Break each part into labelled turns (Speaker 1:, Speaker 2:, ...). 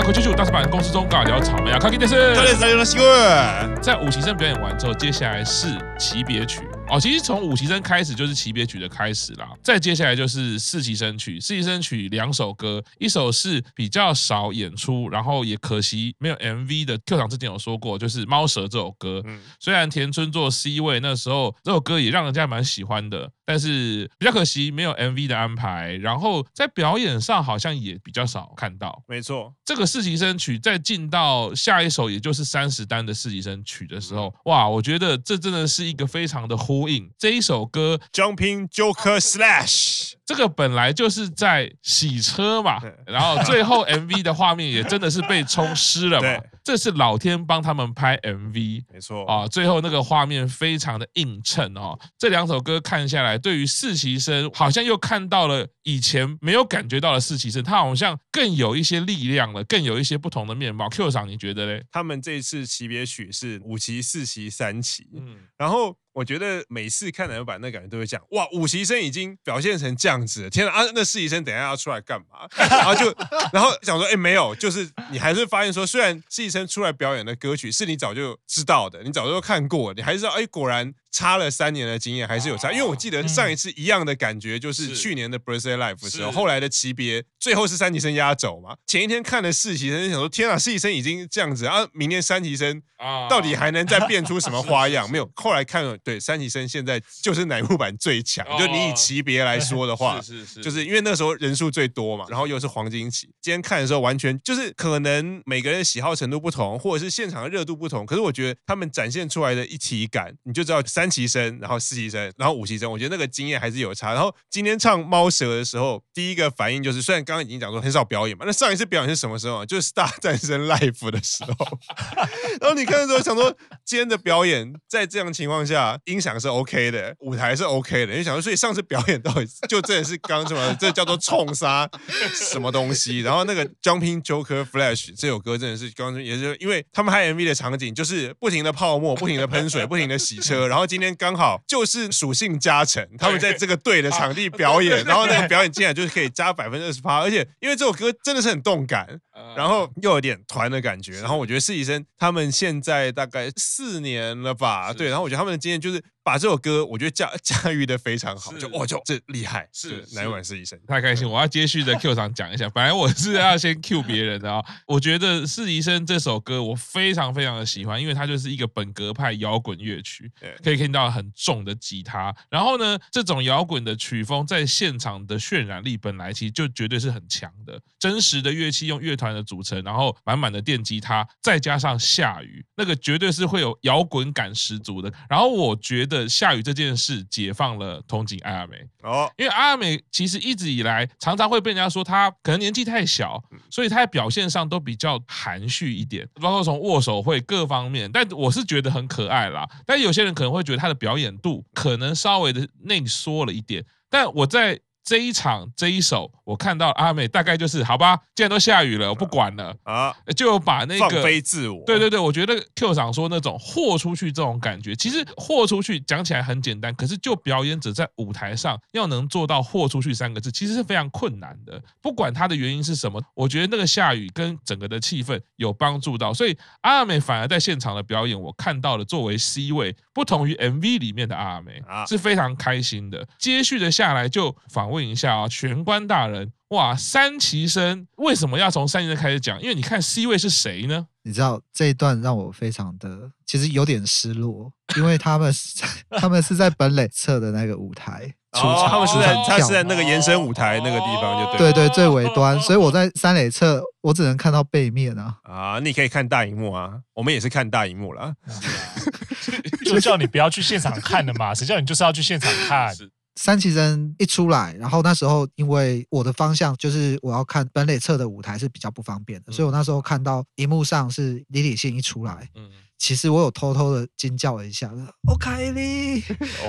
Speaker 1: 快继续大师版公司中尬聊草莓啊，卡基电视。在五期生表演完之后，接下来是期别曲。其实从五期生开始就是期别曲的开始啦，再接下来就是四期生曲。四期生曲2首歌，一首是比较少演出，然后也可惜没有 MV 的。Q 场之前有说过，就是《猫蛇》这首歌，虽然田村做 C 位，那时候这首歌也让人家蛮喜欢的，但是比较可惜没有 MV 的安排，然后在表演上好像也比较少看到。
Speaker 2: 没错，
Speaker 1: 这个四期生曲在进到下一首，也就是30单的四期生曲的时候，哇，我觉得这真的是一个非常的呼应。这一首歌
Speaker 2: Jumping Joker Slash，
Speaker 1: 这个本来就是在洗车嘛，然后最后 MV 的画面也真的是被冲湿了嘛，这是老天帮他们拍 MV，
Speaker 2: 没错
Speaker 1: 啊，最后那个画面非常的映衬哦。这2首歌看下来，对于四期生好像又看到了以前没有感觉到的四期生，他好像更有一些力量了，更有一些不同的面貌。Q 厂你觉得嘞？
Speaker 2: 他们这一次期别曲是5期、4期、3期，然后我觉得每次看男版那感觉都会这样，哇，5期生已经表现成这样子了，天哪啊！那4期生等一下要出来干嘛？然后想说，没有，就是你还是发现说，虽然4期生出来表演的歌曲是你早就知道的，你早就看过，你还是知道，果然差了3年的经验还是有差。因为我记得上一次一样的感觉就是去年的 Birthday Live 的时候，后来的期别最后是3期生压轴嘛。前一天看了4期生，想说天啊，4期生已经这样子啊，明年3期生到底还能再变出什么花样？没有，后来看了，对，3期生现在就是乃木坂最强。就你以期别来说的话，就是因为那时候人数最多嘛，然后又是黄金期。今天看的时候，完全就是可能每个人的喜好程度不同，或者是现场的热度不同，可是我觉得他们展现出来的一体感，你就知道3期生，然后4期生，然后5期生，我觉得那个经验还是有差。然后今天唱猫蛇的时候，第一个反应就是，虽然刚刚已经讲说很少表演嘛，那上一次表演是什么时候啊？就是 Star 战争 Live 的时候。然后你看的时候想说，今天的表演在这样的情况下，音响是 OK 的，舞台是 OK 的，你想说，所以上次表演到底就真的是刚刚什么，这叫做冲杀什么东西？然后那个 Jumping Joker Flash 这首歌真的是刚刚也是因为他们拍 MV 的场景就是不停的泡沫，不停的喷水，不停的洗车，然后今天刚好就是属性加成，他们在这个对的场地表演，然后那个表演竟然就是可以加20%，而且因为这首歌真的是很动感，然后又有点团的感觉，然后我觉得四期生他们现在大概4年了吧，对，然后我觉得他们的经验就是把这首歌我觉得驾驭的非常好，就这厉害，是乃木坂四期生
Speaker 1: 太开心，我要接续的 Q 场讲一下，本来我是要先 Q 别人的啊，我觉得四期生这首歌我非常非常的喜欢，因为它就是一个本格派摇滚乐曲，可以听到很重的吉他，然后呢，这种摇滚的曲风在现场的渲染力本来其实就绝对是很强的，真实的乐器用乐团的组成，然后满满的电吉他，再加上下雨，那个绝对是会有摇滚感十足的。然后我觉得下雨这件事解放了筒井爱亚美因为爱亚美其实一直以来常常会被人家说她可能年纪太小，所以她在表现上都比较含蓄一点，包括从握手会各方面，但我是觉得很可爱啦。但有些人可能会觉得她的表演度可能稍微的内缩了一点，但我在这一场这一首，我看到阿美大概就是好吧，既然都下雨了，我不管了就把那个
Speaker 2: 放飞自我。
Speaker 1: 对，我觉得 Q 长说那种豁出去这种感觉，其实豁出去讲起来很简单，可是就表演者在舞台上要能做到豁出去3个字，其实是非常困难的。不管它的原因是什么，我觉得那个下雨跟整个的气氛有帮助到，所以阿美反而在现场的表演，我看到了作为 C 位，不同于 MV 里面的阿美是非常开心的。接续的下来就访问一下玄关大人，哇，3期生为什么要从3期生开始讲？因为你看 C 位是谁呢？
Speaker 3: 你知道这一段让我非常的，其实有点失落，因为他们是在本垒侧的那个舞台出场，
Speaker 2: 他们是在那个延伸舞台那个地方就
Speaker 3: 对，最尾端，所以我在3垒侧，我只能看到背面
Speaker 2: 你可以看大荧幕啊，我们也是看大荧幕啦。
Speaker 4: 就叫你不要去现场看的嘛，谁叫你就是要去现场看。
Speaker 3: 3期生一出来，然后那时候因为我的方向就是我要看本垒侧的舞台是比较不方便的，所以我那时候看到荧幕上是李李信一出来，其实我有偷偷的惊叫了一下，我凯莉，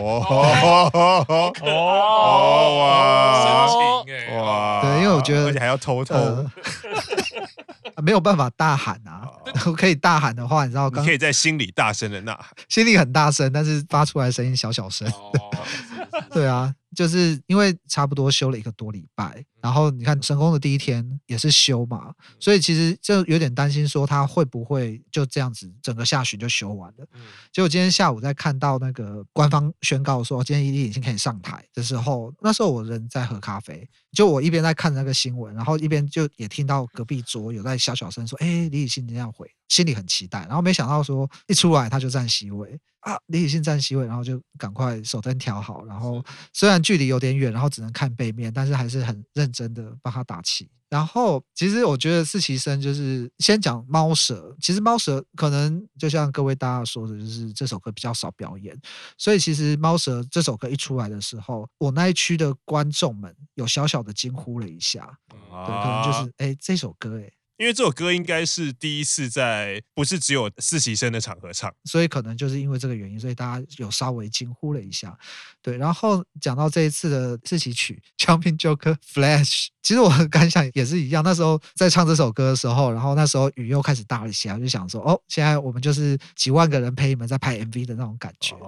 Speaker 2: 哇，
Speaker 3: 对，因为我觉得
Speaker 2: 而且还要偷
Speaker 3: 没有办法大喊可以大喊的话，你知道，
Speaker 2: 你可以在心里大声的呐喊，
Speaker 3: 心里很大声，但是发出来的声音小声。对啊，就是因为差不多休了1个多礼拜， 然后你看神宫的第一天也是休嘛，所以其实就有点担心说他会不会就这样子整个下旬就休完了。结果今天下午在看到那个官方宣告说今天李李信可以上台的时候，那时候我人在喝咖啡，就我一边在看那个新闻，然后一边就也听到隔壁桌有在小声说李李信这样回，心里很期待，然后没想到说一出来他就站席位啊，李李信站席位，然后就赶快手灯调好，然后虽然距离有点远，然后只能看背面，但是还是很认真的帮他打气。然后其实我觉得四期生就是先讲猫舌，其实猫舌可能就像各位大家说的，就是这首歌比较少表演，所以其实猫舌这首歌一出来的时候，我那一区的观众们有小小的惊呼了一下，对，可能就是这首歌
Speaker 2: 因为这首歌应该是第一次在不是只有四期生的场合唱，
Speaker 3: 所以可能就是因为这个原因，所以大家有稍微惊呼了一下。对，然后讲到这一次的四期曲《Jumping Joker Flash》，其实我的感想也是一样。那时候在唱这首歌的时候，然后那时候雨又开始大了起来，我就想说，现在我们就是几万个人陪你们在拍 MV 的那种感觉。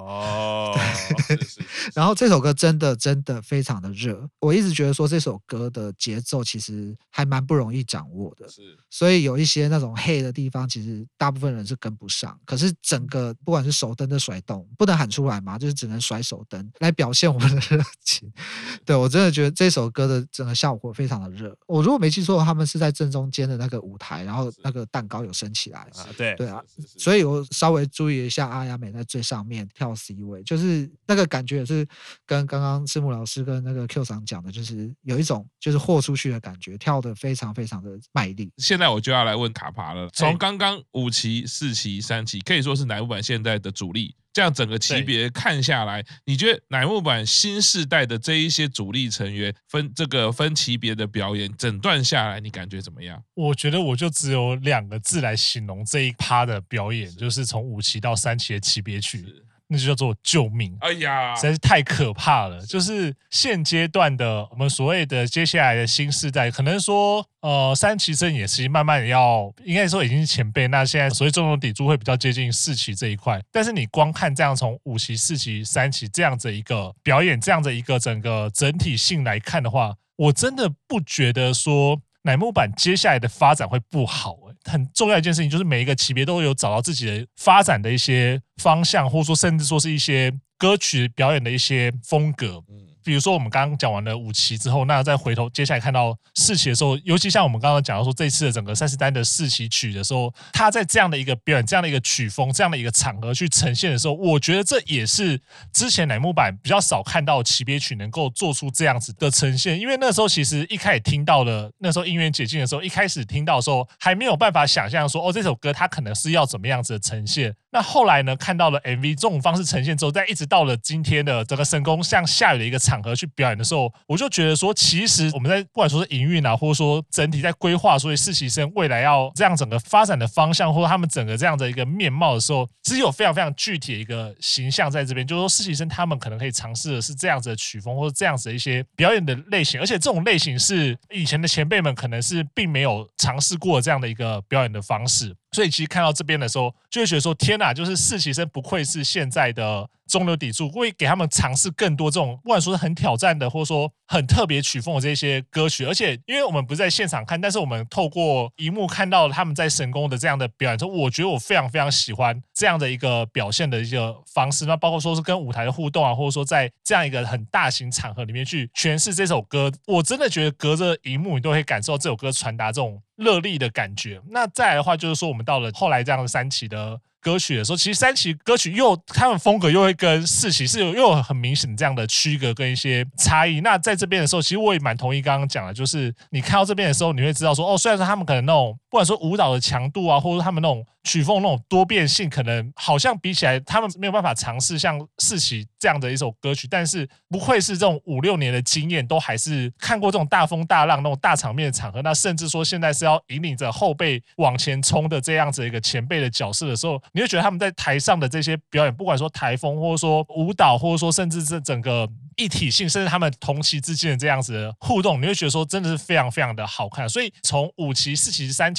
Speaker 3: 然后这首歌真的非常的热，我一直觉得说这首歌的节奏其实还蛮不容易掌握的。所以有一些那种黑的地方，其实大部分人是跟不上。可是整个不管是手灯的甩动，不能喊出来嘛，就是只能甩手灯来表现我们的热情。对，我真的觉得这首歌的整个效果非常的热。我如果没记错，他们是在正中间的那个舞台，然后那个蛋糕有升起来。对啊，所以我稍微注意一下阿亚美在最上面跳 C 位，就是那个感觉也是跟刚刚赤木老师跟那个 Q 桑讲的，就是有一种就是豁出去的感觉，跳得非常非常的卖力。
Speaker 1: 现在我就要来问卡帕了，从刚刚5期、4期、3期，可以说是乃木坂现在的主力。这样整个级别看下来，你觉得乃木坂新世代的这一些主力成员分级别的表演，整段下来你感觉怎么样？
Speaker 4: 我觉得我就只有2个字来形容这一趴的表演，就是从5期到3期的级别曲。那就叫做救命！
Speaker 1: 哎呀，
Speaker 4: 实在是太可怕了。就是现阶段的我们所谓的接下来的新世代，可能说3期生也是慢慢应该说已经是前辈。那现在所谓中流砥柱会比较接近4期这一块，但是你光看这样从5期、4期、3期这样子一个表演，这样的一个整个整体性来看的话，我真的不觉得说乃木坂接下来的发展会不好。很重要一件事情就是每一个级别都有找到自己的发展的一些方向，或者说甚至说是一些歌曲表演的一些风格。比如说我们刚刚讲完了5期之后，那再回头接下来看到4期的时候，尤其像我们刚刚讲到说这次的整个30单的4期曲的时候，他在这样的一个表演、这样的一个曲风、这样的一个场合去呈现的时候，我觉得这也是之前乃木坂比较少看到级别曲能够做出这样子的呈现。因为那时候其实一开始听到的，那时候音源解禁的时候，一开始听到的时候还没有办法想象说这首歌它可能是要怎么样子的呈现。那后来呢，看到了 MV 这种方式呈现之后，再一直到了今天的整个神宫像下雨的一个场合去表演的时候，我就觉得说，其实我们在不管说是营运啊，或者说整体在规划，所以4期生未来要这样整个发展的方向，或者他们整个这样的一个面貌的时候，其实有非常非常具体的一个形象在这边，就是说4期生他们可能可以尝试的是这样子的曲风，或者这样子的一些表演的类型，而且这种类型是以前的前辈们可能是并没有尝试过这样的一个表演的方式。所以其实看到这边的时候，就会觉得说天哪，就是4期生不愧是现在的中流砥柱，会给他们尝试更多这种不管说是很挑战的，或者说很特别曲风的这些歌曲。而且因为我们不是在现场看，但是我们透过荧幕看到他们在神宫的这样的表演，我觉得我非常非常喜欢这样的一个表现的一个方式。那包括说是跟舞台的互动啊，或者说在这样一个很大型场合里面去诠释这首歌，我真的觉得隔着荧幕你都可以感受到这首歌传达这种热力的感觉。那再来的话就是说，我们到了后来这样的3期的歌曲的时候，其实3期歌曲他们风格又会跟4期是又有很明显的这样的区隔跟一些差异。那在这边的时候，其实我也蛮同意刚刚讲的，就是你看到这边的时候，你会知道说虽然说他们可能那种不管说舞蹈的强度啊，或者他们那种曲风那种多变性，可能好像比起来他们没有办法尝试像4期这样的一首歌曲，但是不愧是这种5、6年的经验，都还是看过这种大风大浪那种大场面的场合，那甚至说现在是要引领着后辈往前冲的这样子一个前辈的角色的时候，你会觉得他们在台上的这些表演，不管说台风，或者说舞蹈，或者说甚至是整个一体性，甚至他们同期之间的这样子的互动，你会觉得说真的是非常非常的好看。所以从5期、4期、3期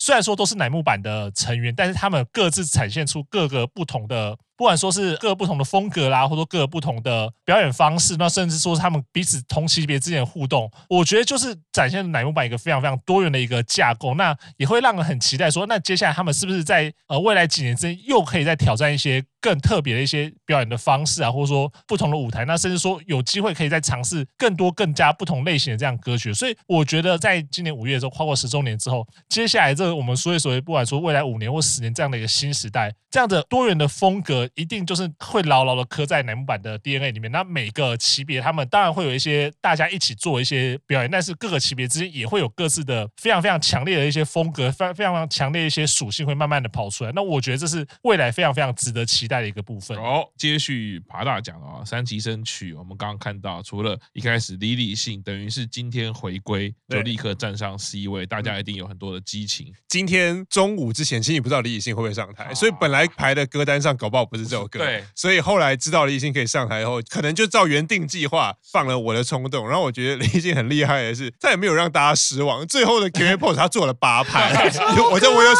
Speaker 4: 虽然说都是乃木坂的成员，但是他们各自展现出各个不同的。不管说是各个不同的风格啦，或者说各个不同的表演方式，那甚至说他们彼此同级别之间的互动，我觉得就是展现乃木坂一个非常非常多元的一个架构。那也会让人很期待说，那接下来他们是不是在未来几年之内又可以再挑战一些更特别的一些表演的方式啊，或者说不同的舞台，那甚至说有机会可以再尝试更多更加不同类型的这样歌曲。所以我觉得在今年5月的时候，跨过10周年之后，接下来这个我们所谓不管说未来5年或10年这样的一个新时代，这样的多元的风格一定就是会牢牢的刻在乃木坂的 DNA 里面。那每个级别他们当然会有一些大家一起做一些表演，但是各个级别之间也会有各自的非常非常强烈的一些风格，非常非常强烈的一些属性会慢慢的跑出来。那我觉得这是未来非常非常值得期待的一个部分。
Speaker 1: 接续爬大讲啊，三期生曲我们刚刚看到，除了一开始李李信等于是今天回归就立刻站上 C 位，大家一定有很多的激情。
Speaker 2: 今天中午之前其实你不知道李李信会不会上台，所以本来排的歌单上搞不好不是这首歌，
Speaker 1: 对，
Speaker 2: 所以后来知道李李信可以上台后，可能就照原定计划放了《我的冲动》，然后我觉得李李信很厉害的是，他也没有让大家失望，最后的 Q&A pose 他做了8排，我有数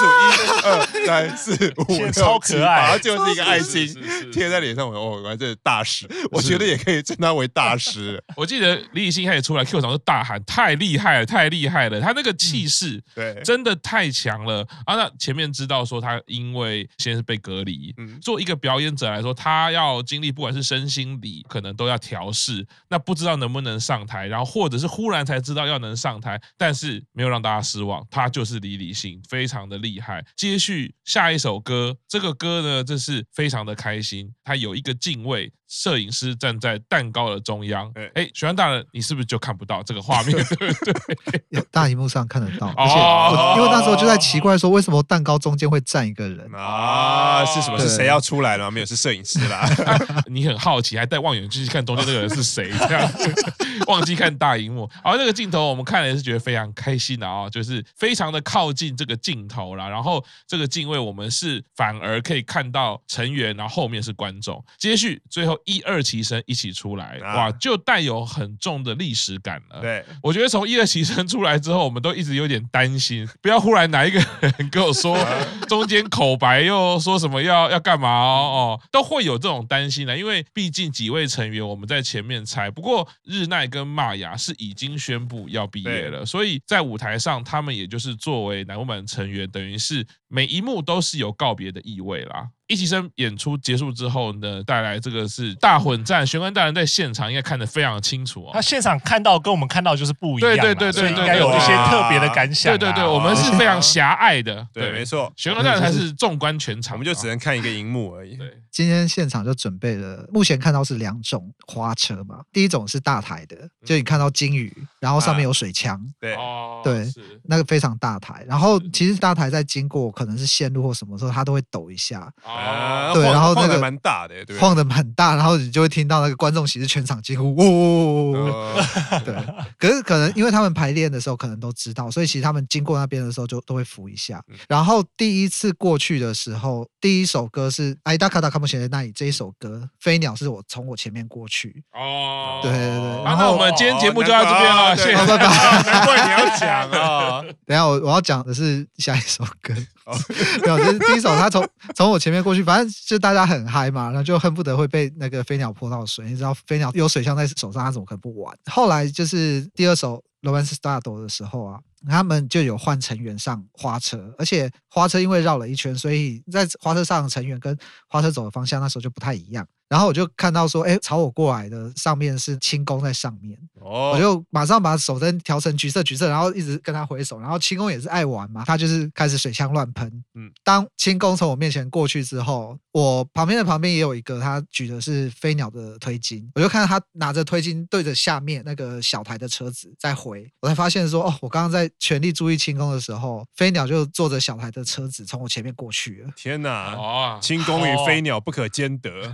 Speaker 2: 1、2、3、4、5、6、
Speaker 4: 超可爱，
Speaker 2: 然后就是一个爱心贴在脸上，原来这是大师，我觉得也可以称他为大师。
Speaker 1: 我记得李李信开始出来 Q 场就大喊太厉害了，太厉害了，他那个气势真的太强了啊！那前面知道说他因为先是被隔离，做一个表演者来说，他要经历不管是身心理可能都要调试，那不知道能不能上台，然后或者是忽然才知道要能上台，但是没有让大家失望，他就是李李信，非常的厉害。接续下一首歌，这个歌呢，这是非常的开心，他有一个敬畏。摄影师站在蛋糕的中央，许安大人，你是不是就看不到这个画面？对不对？
Speaker 3: 有大荧幕上看得到，而且因为那时候就在奇怪说，为什么蛋糕中间会站一个人
Speaker 2: 啊？是什么？是谁要出来了？没有，是摄影师啦。
Speaker 1: 你很好奇，还带望远镜去看中间那个人是谁，这样忘记看大荧幕。而那个镜头我们看了也是觉得非常开心的啊，就是非常的靠近这个镜头啦，然后这个敬畏我们是反而可以看到成员，然后后面是观众。接续最后。1、2期生一起出来，哇，就带有很重的历史感了。
Speaker 2: 对，
Speaker 1: 我觉得从1、2期生出来之后，我们都一直有点担心，不要忽然哪一个人跟我说中间口白又说什么要干嘛哦，都会有这种担心的，因为毕竟几位成员我们在前面猜，不过日奈跟玛雅是已经宣布要毕业了，所以在舞台上他们也就是作为乃木坂成员，等于是每一幕都是有告别的意味啦。1期生演出结束之后呢，带来这个是大混战，玄关大人在现场应该看得非常清楚哦。
Speaker 4: 他现场看到跟我们看到就是不一样，
Speaker 1: 对，
Speaker 4: 所以应该有一些特别的感想。
Speaker 1: 对，我们是非常狭隘的，
Speaker 2: 对，没错。
Speaker 1: 玄关大人才是纵观全场，
Speaker 2: 我们就只能看一个荧幕而已。
Speaker 1: 对，
Speaker 3: 今天现场就准备了，目前看到是2种花车嘛，第一种是大台的，就你看到金鱼，然后上面有水枪，
Speaker 2: 对，
Speaker 3: 那个非常大台。然后其实大台在经过可能是线路或什么时候，它都会抖一下。对，然后那个
Speaker 2: 蛮大的，对，
Speaker 3: 晃得很大，然后你就会听到那个观众席是全场几乎对。可是可能因为他们排练的时候可能都知道，所以其实他们经过那边的时候就都会扶一下。然后第一次过去的时候，第一首歌是爱达卡达卡姆写的那里这一首歌，飞鸟是我从我前面过去。对。然后
Speaker 1: 我们今天节目就到这边了，谢谢。
Speaker 2: 难怪你要讲啊！
Speaker 3: 等一下我要讲的是下一首歌。没有，就是第一首他从我前面过去，反正就大家很嗨嘛，然后就恨不得会被那个飞鸟泼到水。你知道飞鸟有水枪在手上，他怎么可能不玩？后来就是第2首 Romance Start 的时候啊，他们就有换成员上花车，而且花车因为绕了一圈，所以在花车上的成员跟花车走的方向那时候就不太一样。然后我就看到说，朝我过来的上面是轻功在上面，我就马上把手灯调成橘色，然后一直跟他挥手。然后轻功也是爱玩嘛，他就是开始水枪乱喷。当轻功从我面前过去之后，我旁边也有一个，他举的是飞鸟的推金，我就看到他拿着推金对着下面那个小台的车子在挥，我才发现说，我刚刚在全力注意轻功的时候，飞鸟就坐着小台的车子从我前面过去了。
Speaker 2: 天哪！轻功与飞鸟不可兼得。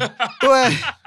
Speaker 3: 对，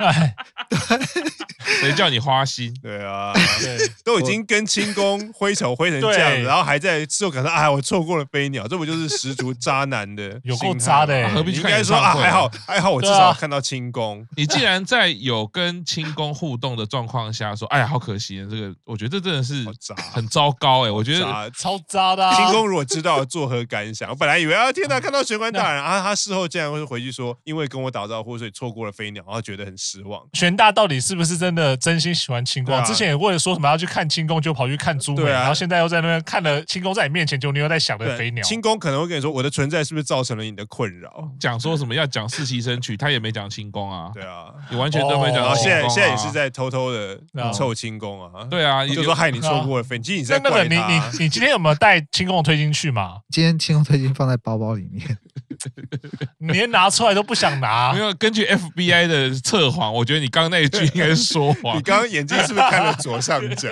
Speaker 1: 谁叫你花心？
Speaker 2: 对啊，都已经跟清宫挥手挥成这样子，然后还在事后感到哎，我错过了飞鸟，这不就是十足渣男的？
Speaker 4: 有够渣的，
Speaker 1: 何必去看
Speaker 2: 应该说啊，还好，我至少看到清宫。
Speaker 1: 你既然在有跟清宫互动的状况下说，哎呀，好可惜，这个我觉得这真的是很糟糕哎，我觉得
Speaker 4: 超渣的。
Speaker 2: 清宫如果知道作何感想？我本来以为啊，天哪，看到玄关大人啊，他事后竟然会回去说，因为跟我打招呼，所以错过了飞鸟，然后觉得很失望。
Speaker 4: 玄大到底是不是真的真心喜欢清宫？之前也为了说什么要去看清宫，就跑去看朱美，然后现在又在那边看了清宫在你面前，就你又在想着飞鸟。
Speaker 2: 清宫可能会跟你说，我的存在是不是造成了你的困扰？
Speaker 1: 讲说什么要讲世袭生曲，他也没讲清宫啊。
Speaker 2: 对啊，
Speaker 1: 你完全都没讲到清宫。
Speaker 2: 现在也是在偷偷的臭清宫啊。
Speaker 1: 对啊，
Speaker 2: 就说害你错过了飞，其实你在怪他。
Speaker 4: 你今天有没有带清宫的推进去嘛？
Speaker 3: 今天清宫推进放在包包里面，
Speaker 4: 你连拿出来都不想拿。
Speaker 1: 没有，根据 FBI 的测谎，我觉得你刚刚那一句应该是说谎。
Speaker 2: 你刚刚眼睛是不是看了左上角？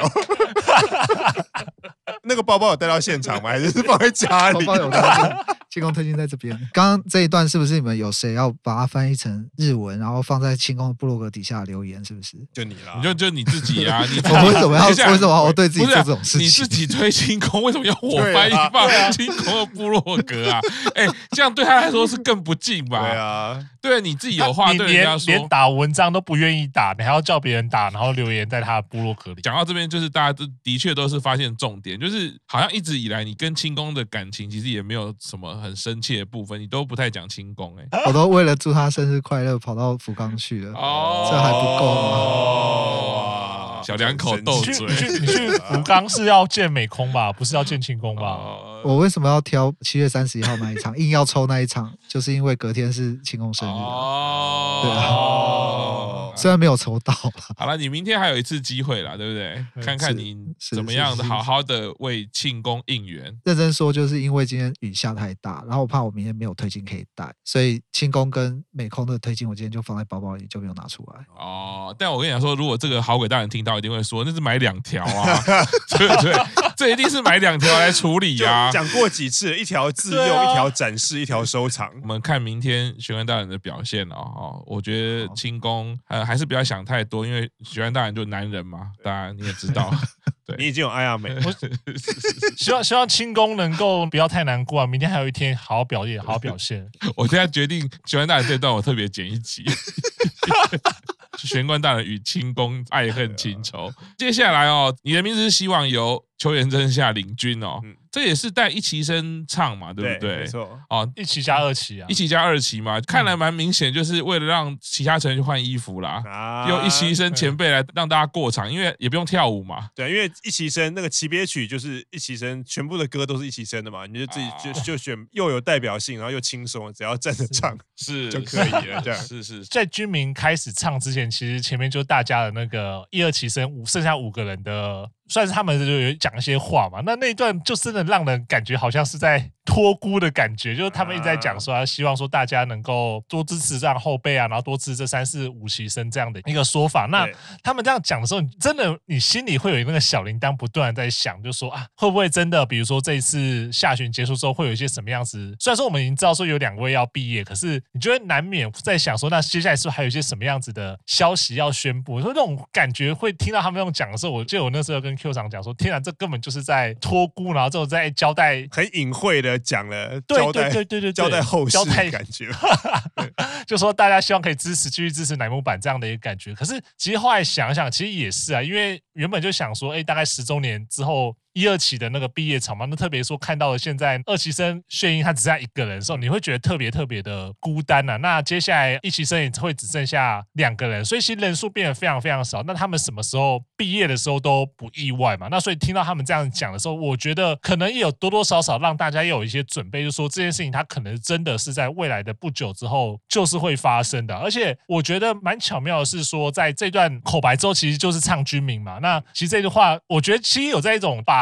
Speaker 2: 那个包包有带到现场吗？还是放在家里？
Speaker 3: 包包有清宫推进在这边。刚刚这一段是不是你们有谁要把它翻译成日文，然后放在清宫部落格底下留言？是不是？
Speaker 2: 就你啦，
Speaker 1: 就你自己啊！你
Speaker 3: 我为什么要对自己做这种事情？
Speaker 1: 你自己推清宫，为什么要我翻译放清宫的部落格啊？哎，这样对他来说是更不敬吧？
Speaker 2: 对啊，
Speaker 1: 对你自己有话对人家说，
Speaker 4: 连打文章都不愿意打，你还要叫别人打，然后留言在他的部落格里。
Speaker 1: 讲到这边，就是大家的确都是发现重点，就是好像一直以来你跟清宫的感情其实也没有什么很深切的部分，你都不太讲清宫
Speaker 3: 我都为了祝他生日快乐跑到福冈去了，这还不够吗？
Speaker 1: 小两口斗嘴，
Speaker 4: 你去福冈是要见美空吧，不是要见清宫吧？
Speaker 3: 我为什么要挑7月31号那一场，硬要抽那一场，就是因为隔天是清宫生日对啊，虽然没有抽到
Speaker 1: 好了，你明天还有一次机会啦，对不对？看看你怎么样的好好的为庆功应援。
Speaker 3: 认真说，就是因为今天雨下太大，然后我怕我明天没有推进可以带，所以庆功跟美空的推进我今天就放在包包里，就没有拿出来。
Speaker 1: 但我跟你讲说，如果这个好鬼大人听到，一定会说那是买2条啊，对不对？这一定是买2条来处理啊。
Speaker 2: 讲过几次，一条自用，一条展示，一条收藏。
Speaker 1: 我们看明天玄关大人的表现我觉得清宫还是不要想太多，因为玄关大人就男人嘛，当然你也知道。对，
Speaker 2: 你已经有爱亚美，
Speaker 4: 希望清宫能够不要太难过啊！明天还有一天，好好表演，好好表现。
Speaker 1: 我现在决定玄关大人这段我特别剪一集。玄关大人与清宫爱恨情仇。接下来你的名字是希望由邱元真下领军这也是带一期生唱嘛，对不对？
Speaker 2: 没错
Speaker 4: 1期加2期啊
Speaker 1: ，1期加2期嘛，看来蛮明显，就是为了让其他成员去换衣服啦，用一期生前辈来让大家过场，因为也不用跳舞嘛。
Speaker 2: 对，因为一期生那个级别曲就是一期生，全部的歌都是一期生的嘛，你就自己就选又有代表性，然后又轻松，只要站着唱就可以了。这样
Speaker 1: 是
Speaker 4: 在军民开始唱之前，其实前面就是大家的那个1、2期生剩下5个人的。算是他们就有讲一些话嘛，那一段就真的让人感觉好像是在托孤的感觉，就是他们一直在讲说，希望说大家能够多支持这样后辈啊，然后多支持这3、4、5期生这样的一个说法。那他们这样讲的时候，真的你心里会有那个小铃铛不断在响，就说会不会真的，比如说这一次下旬结束之后会有一些什么样子？虽然说我们已经知道说有2位要毕业，可是你觉得难免在想说，那接下来是不是还有一些什么样子的消息要宣布？说那种感觉会听到他们那种讲的时候，我记得我那时候跟Q 长讲说，天啊，这根本就是在托孤，然后这种在交代，
Speaker 2: 很隐晦的讲了，
Speaker 4: 对，
Speaker 2: 交代后事的感觉，
Speaker 4: 就说大家希望可以继续支持乃木坂这样的一个感觉。可是其实后来想想，其实也是啊，因为原本就想说，大概10周年之后。1、2期的那个毕业场嘛，那特别说看到了现在2期生炫英他只剩下1个人的时候，你会觉得特别的孤单啊。那接下来1期生也会只剩下2个人，所以其实人数变得非常非常少。那他们什么时候毕业的时候都不意外嘛。那所以听到他们这样讲的时候，我觉得可能也有多多少少让大家有一些准备，就是说这件事情它可能真的是在未来的不久之后就是会发生的。而且我觉得蛮巧妙的是说，在这段口白之后，其实就是唱军民嘛。那其实这句话，我觉得其实有在一种把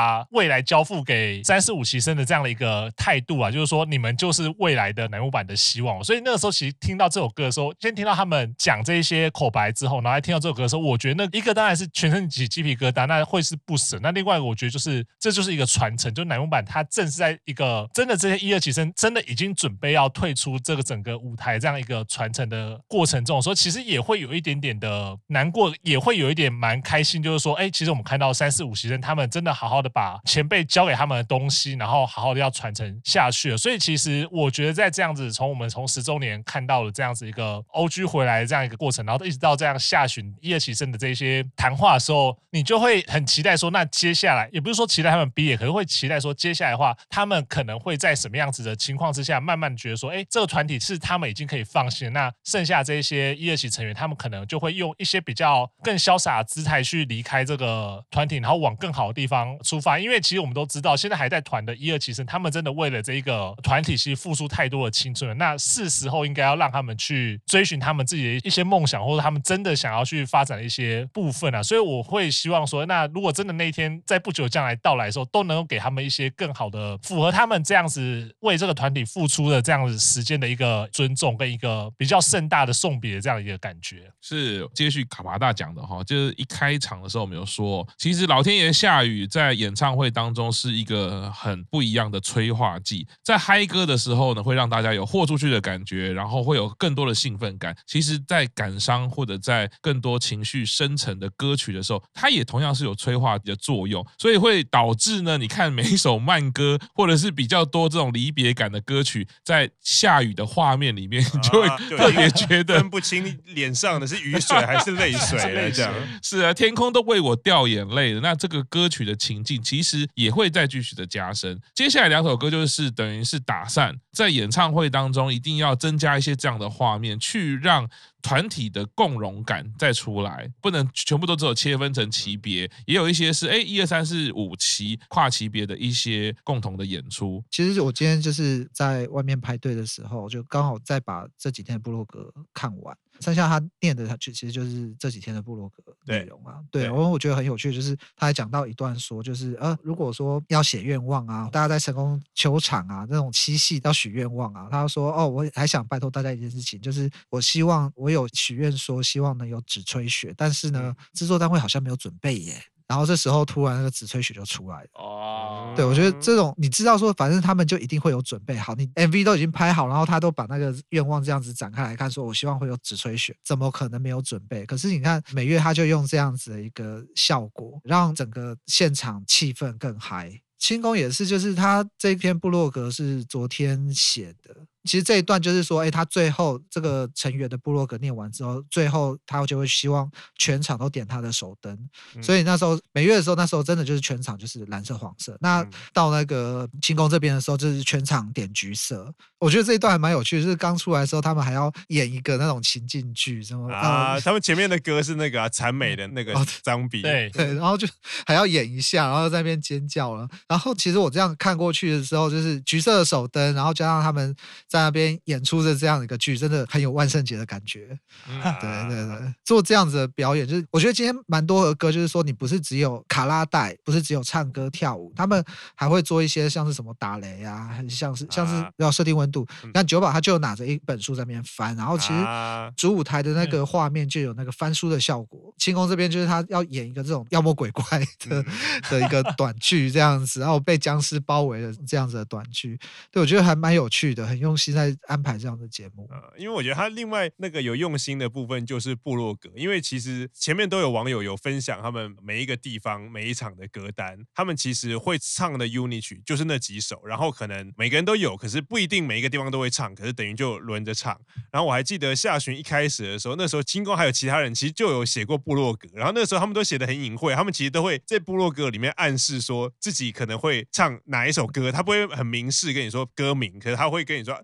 Speaker 4: 把未来交付给345期生的这样的一个态度啊，就是说你们就是未来的乃木坂的希望。所以那个时候其实听到这首歌的时候，先听到他们讲这一些口白之后，然后还听到这首歌的时候，我觉得那一个当然是全身起鸡皮疙瘩，那会是不舍。那另外一个我觉得就是这就是一个传承，就乃木坂它正是在一个真的这些1、2期生真的已经准备要退出这个整个舞台这样一个传承的过程中，所以其实也会有一点点的难过，也会有一点蛮开心，就是说，其实我们看到3、4、5期生他们真的好好的把前辈教给他们的东西，然后好好的要传承下去了。所以其实我觉得在这样子我们从10周年看到了这样子一个 OG 回来的这样一个过程，然后一直到这样下旬1、2期生的这些谈话的时候，你就会很期待说，那接下来也不是说期待他们毕业，可是会期待说接下来的话，他们可能会在什么样子的情况之下，慢慢觉得说，这个团体是他们已经可以放心，那剩下这些1、2期成员，他们可能就会用一些比较更潇洒的姿态去离开这个团体，然后往更好的地方出发。因为其实我们都知道，现在还在团的1、2期生，他们真的为了这一个团体，其实付出太多的青春了。那是时候应该要让他们去追寻他们自己的一些梦想，或者他们真的想要去发展的一些部分啊。所以我会希望说，那如果真的那一天在不久将来到来的时候，都能够给他们一些更好的符合他们这样子为这个团体付出的这样子时间的一个尊重，跟一个比较盛大的送别的这样一个感觉。
Speaker 1: 是接续卡巴大讲的哈，就是一开场的时候我们有说，其实老天爷下雨在演唱会当中是一个很不一样的催化剂，在嗨歌的时候呢，会让大家有豁出去的感觉，然后会有更多的兴奋感。其实在感伤或者在更多情绪深沉的歌曲的时候，它也同样是有催化的作用，所以会导致呢，你看每一首慢歌或者是比较多这种离别感的歌曲，在下雨的画面里面，你就会特别觉得
Speaker 2: 分不清脸上的是雨水还是泪水了，这样
Speaker 1: 是啊，天空都为我掉眼泪了。那这个歌曲的情境其实也会再继续的加深。接下来2首歌就是等于是打散，在演唱会当中一定要增加一些这样的画面，去让团体的共融感再出来，不能全部都只有切分成级别，也有一些是1、2、3、4、5期跨级别的一些共同的演出。
Speaker 3: 其实我今天就是在外面排队的时候，就刚好在把这几天的部落格看完，剩下他念的其实就是这几天的部落格内容啊。对，我觉得很有趣，就是他还讲到一段说，就是如果说要写愿望啊，大家在成功球场啊那种七夕要许愿望啊，他说我还想拜托大家一件事情，就是我希望我有许愿说希望能有纸吹雪，但是呢制作单位好像没有准备耶。然后这时候突然那个纸吹雪就出来了。哦，对，我觉得这种你知道说，反正他们就一定会有准备好，你 MV 都已经拍好，然后他都把那个愿望这样子展开来看，说我希望会有纸吹雪，怎么可能没有准备？可是你看美月他就用这样子的一个效果，让整个现场气氛更嗨。清宫也是，就是他这篇部落格是昨天写的。其实这一段就是说，他最后这个成员的部落格念完之后，最后他就会希望全场都点他的手灯。所以那时候每月的时候，那时候真的就是全场就是蓝色、黄色。那到那个清宫这边的时候，就是全场点橘色。我觉得这一段还蛮有趣的，就是刚出来的时候，他们还要演一个那种情境剧，什么
Speaker 2: 他们前面的歌是那个残美的那个张比，
Speaker 4: 对，
Speaker 3: 然后就还要演一下，然后在那边尖叫了。然后其实我这样看过去的时候，就是橘色的手灯，然后加上他们在那边演出的这样一个剧，真的很有万圣节的感觉。对，做这样子的表演，就是我觉得今天蛮多的歌，就是说你不是只有卡拉带，不是只有唱歌跳舞，他们还会做一些像是什么打雷啊，像是要设定温度。那九保他就拿着一本书在那边翻，然后其实主舞台的那个画面就有那个翻书的效果。清宫这边就是他要演一个这种妖魔鬼怪的一个短剧这样子，然后被僵尸包围的这样子的短剧。对，我觉得还蛮有趣的，很用心在安排这样的节目。
Speaker 2: 因为我觉得他另外那个有用心的部分就是部落格，因为其实前面都有网友有分享他们每一个地方每一场的歌单，他们其实会唱的 unit 曲就是那几首，然后可能每个人都有，可是不一定每一个地方都会唱，可是等于就轮着唱。然后我还记得下旬一开始的时候，那时候清宫还有其他人其实就有写过部落格，然后那时候他们都写得很隐晦，他们其实都会在部落格里面暗示说自己可能会唱哪一首歌，他不会很明示跟你说歌名，可是他会跟你说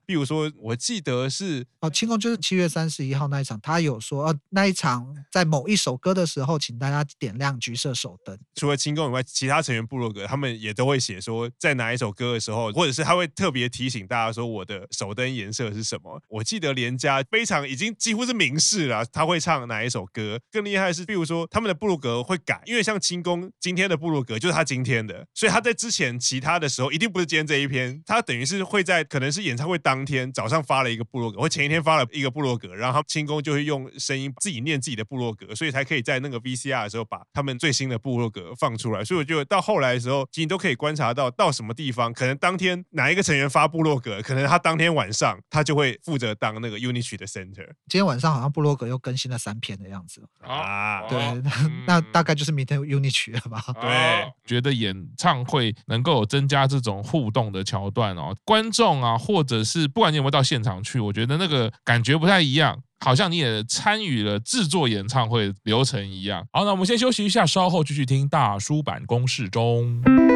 Speaker 2: 比如说我记得是
Speaker 3: 庆功就是7月31号那一场，他有说那一场在某一首歌的时候，请大家点亮橘色手灯。
Speaker 2: 除了庆功以外，其他成员部落格他们也都会写说，在哪一首歌的时候，或者是他会特别提醒大家说我的手灯颜色是什么。我记得连家非常已经几乎是明示了，他会唱哪一首歌。更厉害的是，比如说他们的部落格会改，因为像庆功今天的部落格就是他今天的，所以他在之前其他的时候一定不是今天这一篇，他等于是会在可能是演唱会当天早上发了一个部落格，或前一天发了一个部落格，然后庆功就会用声音自己念自己的部落格，所以才可以在那个 VCR 的时候把他们最新的部落格放出来。所以我觉得到后来的时候，其实你都可以观察到什么地方，可能当天哪一个成员发部落格，可能他当天晚上他就会负责当那个 Unitree 的 center。
Speaker 3: 今天晚上好像部落格又更新了3篇的样子
Speaker 2: 啊，
Speaker 3: 对，那大概就是明天 Unitree 了吧？
Speaker 2: 对，
Speaker 1: 觉得演唱会能够有增加这种互动的桥段哦，观众啊，或者是不管你有没有到现场去，我觉得那个感觉不太一样。好像你也参与了制作演唱会流程一样。好，那我们先休息一下，稍后继续听大叔版公式中。